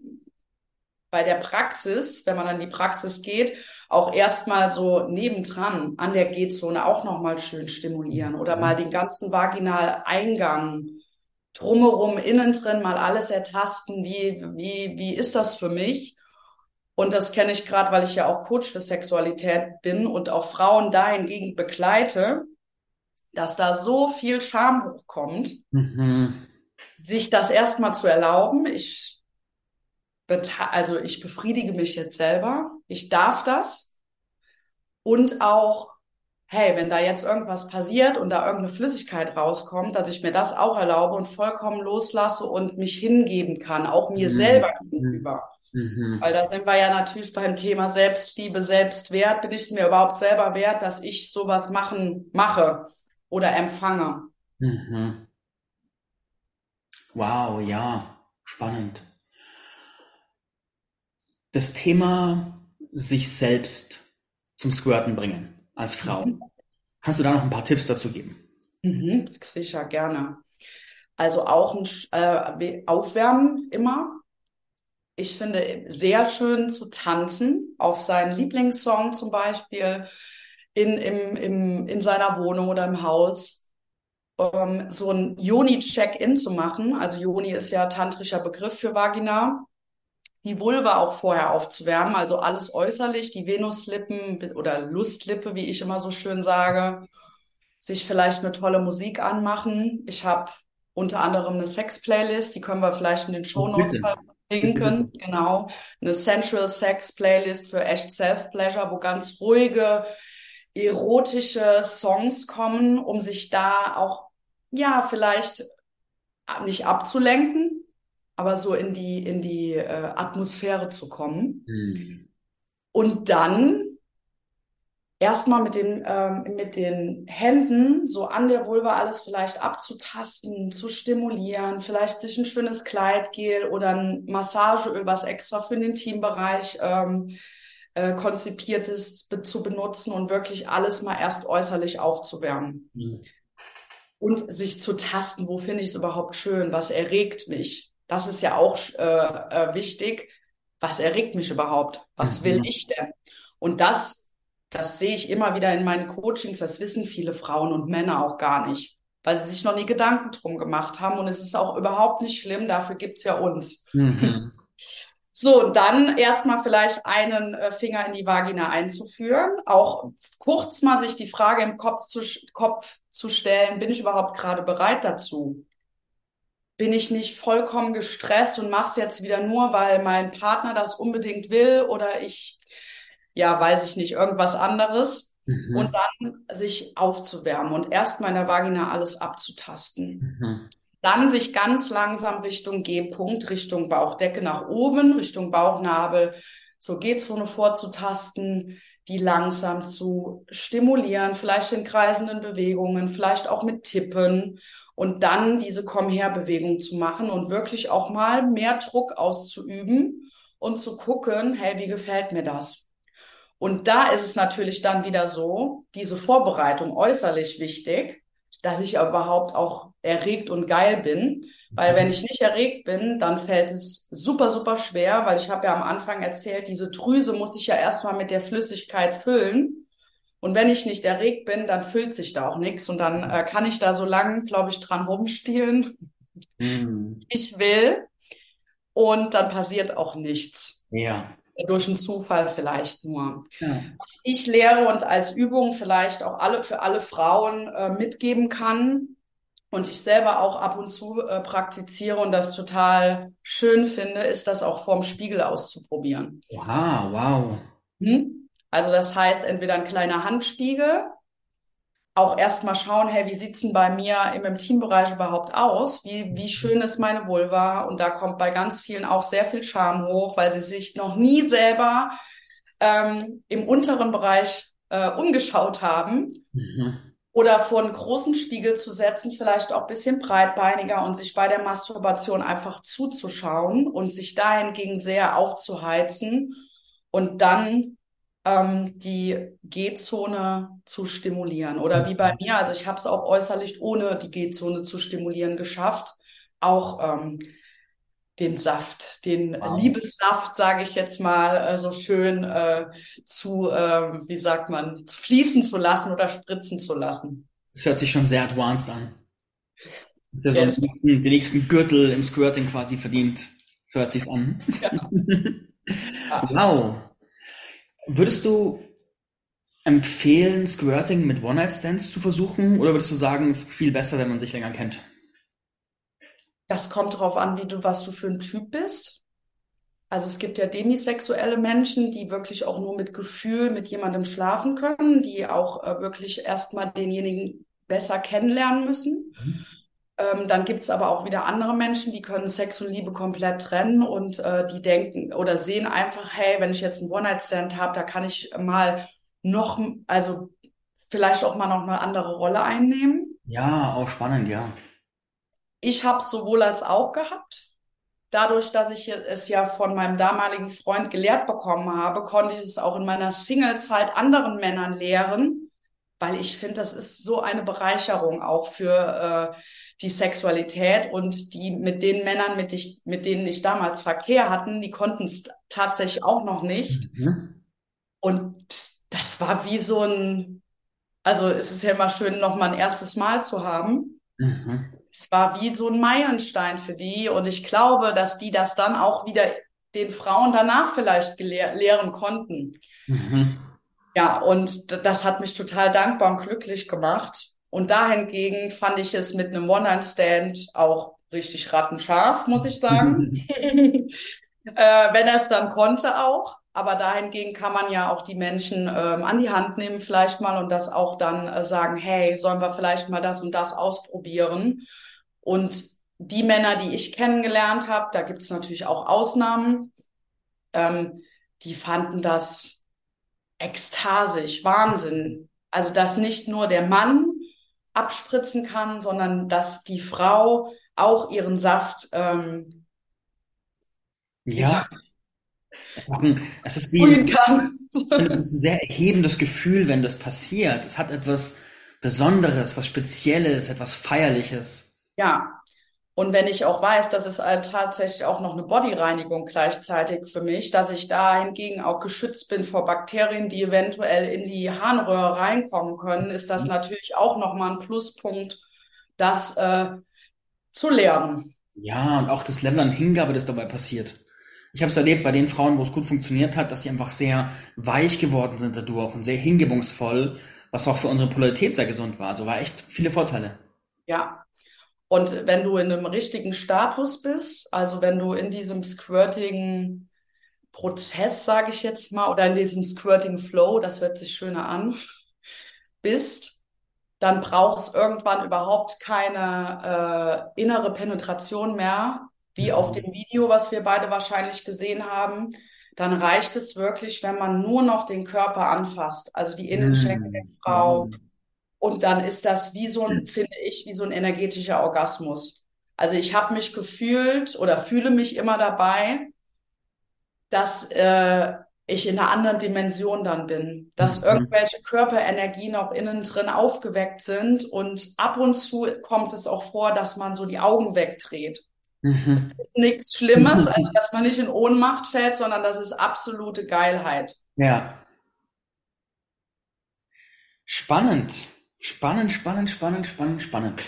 bei der Praxis, wenn man an die Praxis geht, auch erstmal so nebendran an der G-Zone auch nochmal schön stimulieren oder mal Mhm. den ganzen Vaginaleingang drumherum, innen drin mal alles ertasten. Wie, wie, wie ist das für mich? Und das kenne ich gerade, weil ich ja auch Coach für Sexualität bin und auch Frauen dahingehend begleite, dass da so viel Scham hochkommt, Mhm. sich das erstmal zu erlauben. Ich beta- also ich befriedige mich jetzt selber. Ich darf das. Und auch, hey, wenn da jetzt irgendwas passiert und da irgendeine Flüssigkeit rauskommt, dass ich mir das auch erlaube und vollkommen loslasse und mich hingeben kann, auch mir selber Mhm. gegenüber. Weil Mhm. da sind wir ja natürlich beim Thema Selbstliebe, Selbstwert. Bin ich es mir überhaupt selber wert, dass ich sowas machen, mache oder empfange? Mhm. Wow, ja, spannend. Das Thema sich selbst zum Squirten bringen als Frau. Mhm. Kannst du da noch ein paar Tipps dazu geben? Mhm, sicher gerne. Also auch ein Sch- äh, Aufwärmen immer. Ich finde sehr schön zu tanzen, auf seinen Lieblingssong zum Beispiel, in, im, im, in seiner Wohnung oder im Haus. Ähm, so ein Yoni-Check-in zu machen. Also Yoni ist ja tantrischer Begriff für Vagina. Die Vulva auch vorher aufzuwärmen, also alles äußerlich, die Venuslippen oder Lustlippe, wie ich immer so schön sage, sich vielleicht eine tolle Musik anmachen. Ich habe unter anderem eine Sex-Playlist, die können wir vielleicht in den Oh, Shownotes bitte. Bitte, bitte. verlinken. Genau, eine Sensual Sex Playlist für echt Self-Pleasure, wo ganz ruhige, erotische Songs kommen, um sich da auch, ja, vielleicht nicht abzulenken, aber so in die, in die äh, Atmosphäre zu kommen. Mhm. Und dann erstmal mit den, ähm, mit den Händen so an der Vulva alles vielleicht abzutasten, zu stimulieren, vielleicht sich ein schönes Kleidgel oder ein Massageöl, was extra für den Intimbereich ähm, äh, konzipiert ist, be zu benutzen und wirklich alles mal erst äußerlich aufzuwärmen. Mhm. Und sich zu tasten, wo finde ich es überhaupt schön, was erregt mich. Das ist ja auch äh, äh, wichtig. Was erregt mich überhaupt? Was will Mhm. ich denn? Und das, das sehe ich immer wieder in meinen Coachings, das wissen viele Frauen und Männer auch gar nicht, weil sie sich noch nie Gedanken drum gemacht haben. Und es ist auch überhaupt nicht schlimm, dafür gibt's ja uns. Mhm. So, und dann erstmal vielleicht einen äh, Finger in die Vagina einzuführen. Auch kurz mal sich die Frage im Kopf zu, Kopf zu stellen, bin ich überhaupt gerade bereit dazu? Bin ich nicht vollkommen gestresst und mache es jetzt wieder nur, weil mein Partner das unbedingt will oder ich, ja, weiß ich nicht, irgendwas anderes. Und Mhm. dann sich aufzuwärmen und erstmal in der Vagina alles abzutasten. Mhm. Dann sich ganz langsam Richtung G-Punkt, Richtung Bauchdecke nach oben, Richtung Bauchnabel zur G-Zone vorzutasten, die langsam zu stimulieren, vielleicht in kreisenden Bewegungen, vielleicht auch mit Tippen und dann diese Komm-her-Bewegung zu machen und wirklich auch mal mehr Druck auszuüben und zu gucken, hey, wie gefällt mir das? Und da ist es natürlich dann wieder so, diese Vorbereitung äußerlich wichtig, dass ich überhaupt auch erregt und geil bin. Weil wenn ich nicht erregt bin, dann fällt es super, super schwer, weil ich habe ja am Anfang erzählt, diese Drüse muss ich ja erstmal mit der Flüssigkeit füllen. Und wenn ich nicht erregt bin, dann füllt sich da auch nichts. Und dann äh, kann ich da so lange, glaube ich, dran rumspielen, Mhm. wie ich will. Und dann passiert auch nichts. Ja. Durch einen Zufall vielleicht nur. Ja. Was ich lehre und als Übung vielleicht auch alle für alle Frauen äh, mitgeben kann und ich selber auch ab und zu äh, praktiziere und das total schön finde, ist das auch vorm Spiegel auszuprobieren. Oha, wow. Hm? Also das heißt, entweder ein kleiner Handspiegel, auch erstmal schauen, hey, wie sieht's denn bei mir im Intimbereich überhaupt aus? Wie, wie schön ist meine Vulva? Und da kommt bei ganz vielen auch sehr viel Scham hoch, weil sie sich noch nie selber ähm, im unteren Bereich äh, umgeschaut haben. Mhm. Oder vor einen großen Spiegel zu setzen, vielleicht auch ein bisschen breitbeiniger und sich bei der Masturbation einfach zuzuschauen und sich dahingegen sehr aufzuheizen und dann ähm, die G-Zone zu stimulieren. Oder wie bei mir, also ich habe es auch äußerlich ohne die G-Zone zu stimulieren geschafft, auch ähm, den Saft, den Wow. Liebessaft, sage ich jetzt mal, äh, so schön äh, zu, äh, wie sagt man, zu fließen zu lassen oder spritzen zu lassen. Das hört sich schon sehr advanced an. Das ist ja so den Yes. nächsten, den nächsten Gürtel im Squirting quasi verdient. So hört sich's an. Ja. Wow. Würdest du empfehlen, Squirting mit One-Night-Stands zu versuchen? Oder würdest du sagen, es ist viel besser, wenn man sich länger kennt? Das kommt darauf an, wie du, was du für ein Typ bist. Also es gibt ja demisexuelle Menschen, die wirklich auch nur mit Gefühl mit jemandem schlafen können, die auch äh, wirklich erstmal denjenigen besser kennenlernen müssen. Ähm, dann gibt's aber auch wieder andere Menschen, die können Sex und Liebe komplett trennen und äh, die denken oder sehen einfach, hey, wenn ich jetzt einen One-Night-Stand habe, da kann ich mal noch, also vielleicht auch mal noch eine andere Rolle einnehmen. Ja, auch spannend, ja. Ich habe es sowohl als auch gehabt. Dadurch, dass ich es ja von meinem damaligen Freund gelehrt bekommen habe, konnte ich es auch in meiner Singlezeit anderen Männern lehren, weil ich finde, das ist so eine Bereicherung auch für äh, die Sexualität und die mit den Männern, mit, ich, mit denen ich damals Verkehr hatten, die konnten es tatsächlich auch noch nicht. Mhm. Und das war wie so ein, also es ist ja immer schön, noch mal ein erstes Mal zu haben. Mhm. Es war wie so ein Meilenstein für die und ich glaube, dass die das dann auch wieder den Frauen danach vielleicht gelehr lehren konnten. Mhm. Ja, und d- das hat mich total dankbar und glücklich gemacht. Und dahingegen fand ich es mit einem One-Night-Stand auch richtig rattenscharf, muss ich sagen. Äh, wenn er es dann konnte auch. Aber dahingegen kann man ja auch die Menschen ähm, an die Hand nehmen vielleicht mal und das auch dann äh, sagen, hey, sollen wir vielleicht mal das und das ausprobieren? Und die Männer, die ich kennengelernt habe, da gibt's natürlich auch Ausnahmen, ähm, die fanden das ekstasisch, Wahnsinn. Also, dass nicht nur der Mann abspritzen kann, sondern dass die Frau auch ihren Saft, ähm, wie Ja, sagt es ist ein, es ist wie man, ein, kann. ich finde, es ist ein sehr erhebendes Gefühl, wenn das passiert. Es hat etwas Besonderes, was Spezielles, etwas Feierliches. Ja. Und wenn ich auch weiß, dass es halt tatsächlich auch noch eine Bodyreinigung gleichzeitig für mich, dass ich da hingegen auch geschützt bin vor Bakterien, die eventuell in die Harnröhre reinkommen können, ist das natürlich auch nochmal ein Pluspunkt, das äh, zu lernen. Ja, und auch das Level an Hingabe, das dabei passiert. Ich habe es erlebt bei den Frauen, wo es gut funktioniert hat, dass sie einfach sehr weich geworden sind dadurch und sehr hingebungsvoll, was auch für unsere Polarität sehr gesund war. Also war echt viele Vorteile. Ja. Und wenn du in einem richtigen Status bist, also wenn du in diesem Squirting-Prozess, sage ich jetzt mal, oder in diesem Squirting-Flow, das hört sich schöner an, bist, dann braucht es irgendwann überhaupt keine äh, innere Penetration mehr, wie auf Mhm. dem Video, was wir beide wahrscheinlich gesehen haben. Dann reicht es wirklich, wenn man nur noch den Körper anfasst, also die Innenschenkel der Mhm. Frau. Wow. Und dann ist das wie so ein, finde ich, wie so ein energetischer Orgasmus. Also ich habe mich gefühlt oder fühle mich immer dabei, dass äh, ich in einer anderen Dimension dann bin, dass Mhm. irgendwelche Körperenergien auch innen drin aufgeweckt sind und ab und zu kommt es auch vor, dass man so die Augen wegdreht. Mhm. Ist nichts Schlimmes, also dass man nicht in Ohnmacht fällt, sondern das ist absolute Geilheit. Ja, spannend. Spannend, spannend, spannend, spannend, spannend.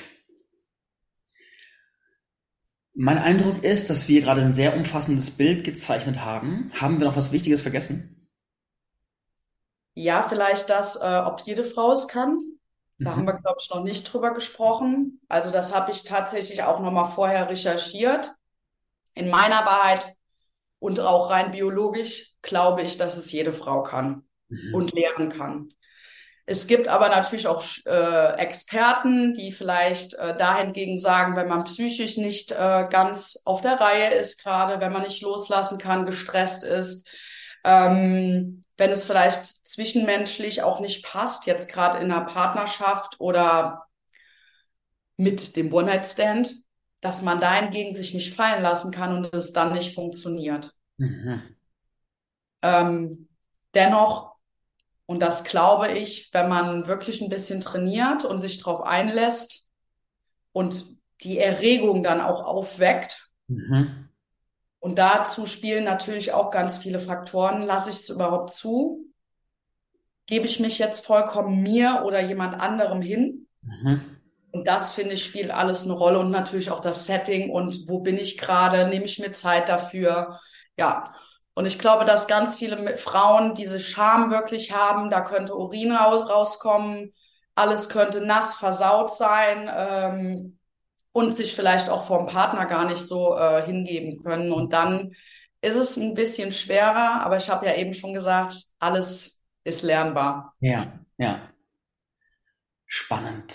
Mein Eindruck ist, dass wir gerade ein sehr umfassendes Bild gezeichnet haben. Haben wir noch was Wichtiges vergessen? Ja, vielleicht das, äh, ob jede Frau es kann. Da haben wir, Mhm. glaube ich, noch nicht drüber gesprochen. Also das habe ich tatsächlich auch noch mal vorher recherchiert. In meiner Wahrheit und auch rein biologisch glaube ich, dass es jede Frau kann Mhm. und lernen kann. Es gibt aber natürlich auch äh, Experten, die vielleicht äh, dahingegen sagen, wenn man psychisch nicht äh, ganz auf der Reihe ist, gerade wenn man nicht loslassen kann, gestresst ist, ähm, wenn es vielleicht zwischenmenschlich auch nicht passt, jetzt gerade in einer Partnerschaft oder mit dem One-Night-Stand, dass man dahingegen sich nicht fallen lassen kann und es dann nicht funktioniert. Mhm. Ähm, dennoch, und das glaube ich, wenn man wirklich ein bisschen trainiert und sich darauf einlässt und die Erregung dann auch aufweckt, Mhm. und dazu spielen natürlich auch ganz viele Faktoren. Lasse ich es überhaupt zu? Gebe ich mich jetzt vollkommen mir oder jemand anderem hin? Mhm. Und das, finde ich, spielt alles eine Rolle und natürlich auch das Setting und wo bin ich gerade? Nehme ich mir Zeit dafür? Ja. Und ich glaube, dass ganz viele Frauen diese Scham wirklich haben. Da könnte Urin rau- rauskommen, alles könnte nass, versaut sein, ähm, und sich vielleicht auch vom Partner gar nicht so äh, hingeben können. Und dann ist es ein bisschen schwerer, aber ich habe ja eben schon gesagt, alles ist lernbar. Ja, ja, spannend.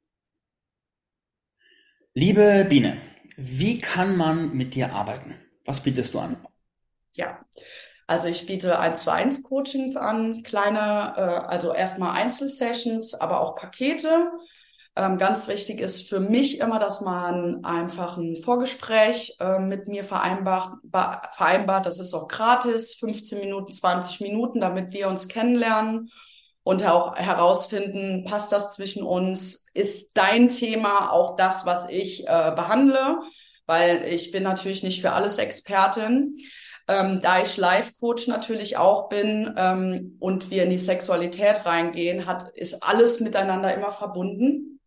Liebe Biene, wie kann man mit dir arbeiten? Was bietest du an? Ja. Also ich biete eins zu eins Coachings an, kleine, äh, also erstmal Einzelsessions, aber auch Pakete. Ähm, ganz wichtig ist für mich immer, dass man einfach ein Vorgespräch äh, mit mir vereinbart, ba- vereinbart. Das ist auch gratis, fünfzehn Minuten, zwanzig Minuten, damit wir uns kennenlernen und auch herausfinden, passt das zwischen uns? Ist dein Thema auch das, was ich äh, behandle? Weil ich bin natürlich nicht für alles Expertin. Ähm, da ich Life-Coach natürlich auch bin ähm, und wir in die Sexualität reingehen, hat, ist alles miteinander immer verbunden.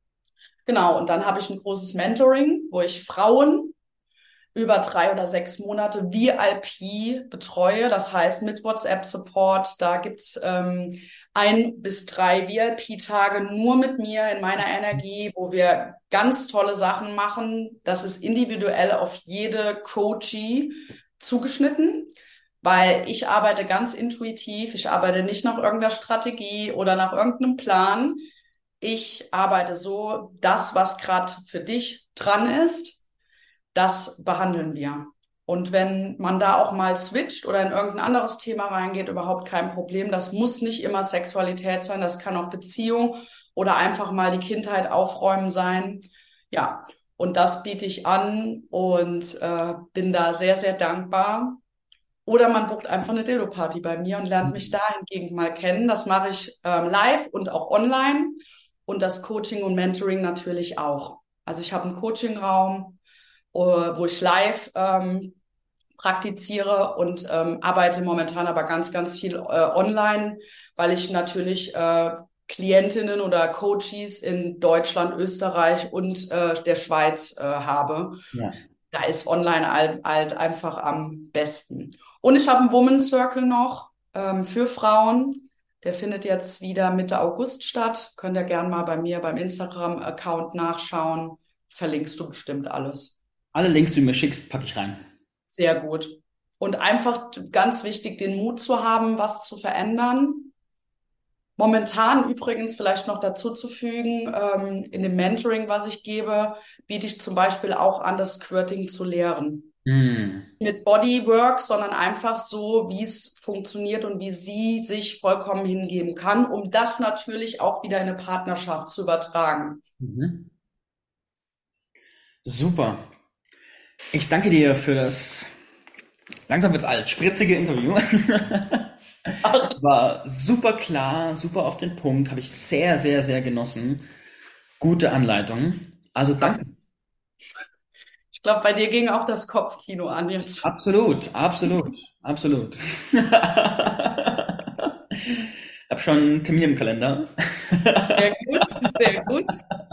Genau, und dann habe ich ein großes Mentoring, wo ich Frauen über drei oder sechs Monate V I P betreue. Das heißt mit WhatsApp-Support. Da gibt's ähm, ein bis drei V I P-Tage nur mit mir in meiner Energie, wo wir ganz tolle Sachen machen. Das ist individuell auf jede Coachie zugeschnitten, weil ich arbeite ganz intuitiv. Ich arbeite nicht nach irgendeiner Strategie oder nach irgendeinem Plan. Ich arbeite so, das, was gerade für dich dran ist, das behandeln wir. Und wenn man da auch mal switcht oder in irgendein anderes Thema reingeht, überhaupt kein Problem. Das muss nicht immer Sexualität sein, das kann auch Beziehung oder einfach mal die Kindheit aufräumen sein. Ja, und das biete ich an und äh, bin da sehr, sehr dankbar. Oder man bucht einfach eine Dildo-Party bei mir und lernt mich da hingegen mal kennen. Das mache ich ähm, live und auch online und das Coaching und Mentoring natürlich auch. Also ich habe einen Coachingraum, äh, wo ich live ähm, praktiziere und ähm, arbeite momentan aber ganz, ganz viel äh, online, weil ich natürlich äh, Klientinnen oder Coaches in Deutschland, Österreich und äh, der Schweiz äh, habe. Ja. Da ist online halt, halt einfach am besten. Und ich habe einen Women's Circle noch ähm, für Frauen. Der findet jetzt wieder Mitte August statt. Könnt ihr gerne mal bei mir beim Instagram-Account nachschauen. Verlinkst du bestimmt alles. Alle Links, die du mir schickst, packe ich rein. Sehr gut. Und einfach ganz wichtig, den Mut zu haben, was zu verändern. Momentan übrigens vielleicht noch dazu zu fügen, ähm, in dem Mentoring, was ich gebe, biete ich zum Beispiel auch an, das Squirting zu lehren. Hm. Mit Bodywork, sondern einfach so, wie es funktioniert und wie sie sich vollkommen hingeben kann, um das natürlich auch wieder in eine Partnerschaft zu übertragen. Mhm. Super. Ich danke dir für das, langsam wird's alt, spritzige Interview. War super klar, super auf den Punkt, habe ich sehr, sehr, sehr genossen. Gute Anleitung. Also danke. Ich glaube, bei dir ging auch das Kopfkino an jetzt. Absolut, absolut, absolut. Hab schon einen Termin im Kalender. Sehr gut, sehr gut.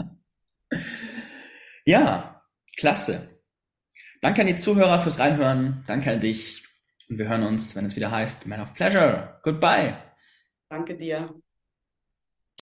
Ja, klasse. Danke an die Zuhörer fürs Reinhören. Danke an dich. Und wir hören uns, wenn es wieder heißt Man of Pleasure. Goodbye. Danke dir.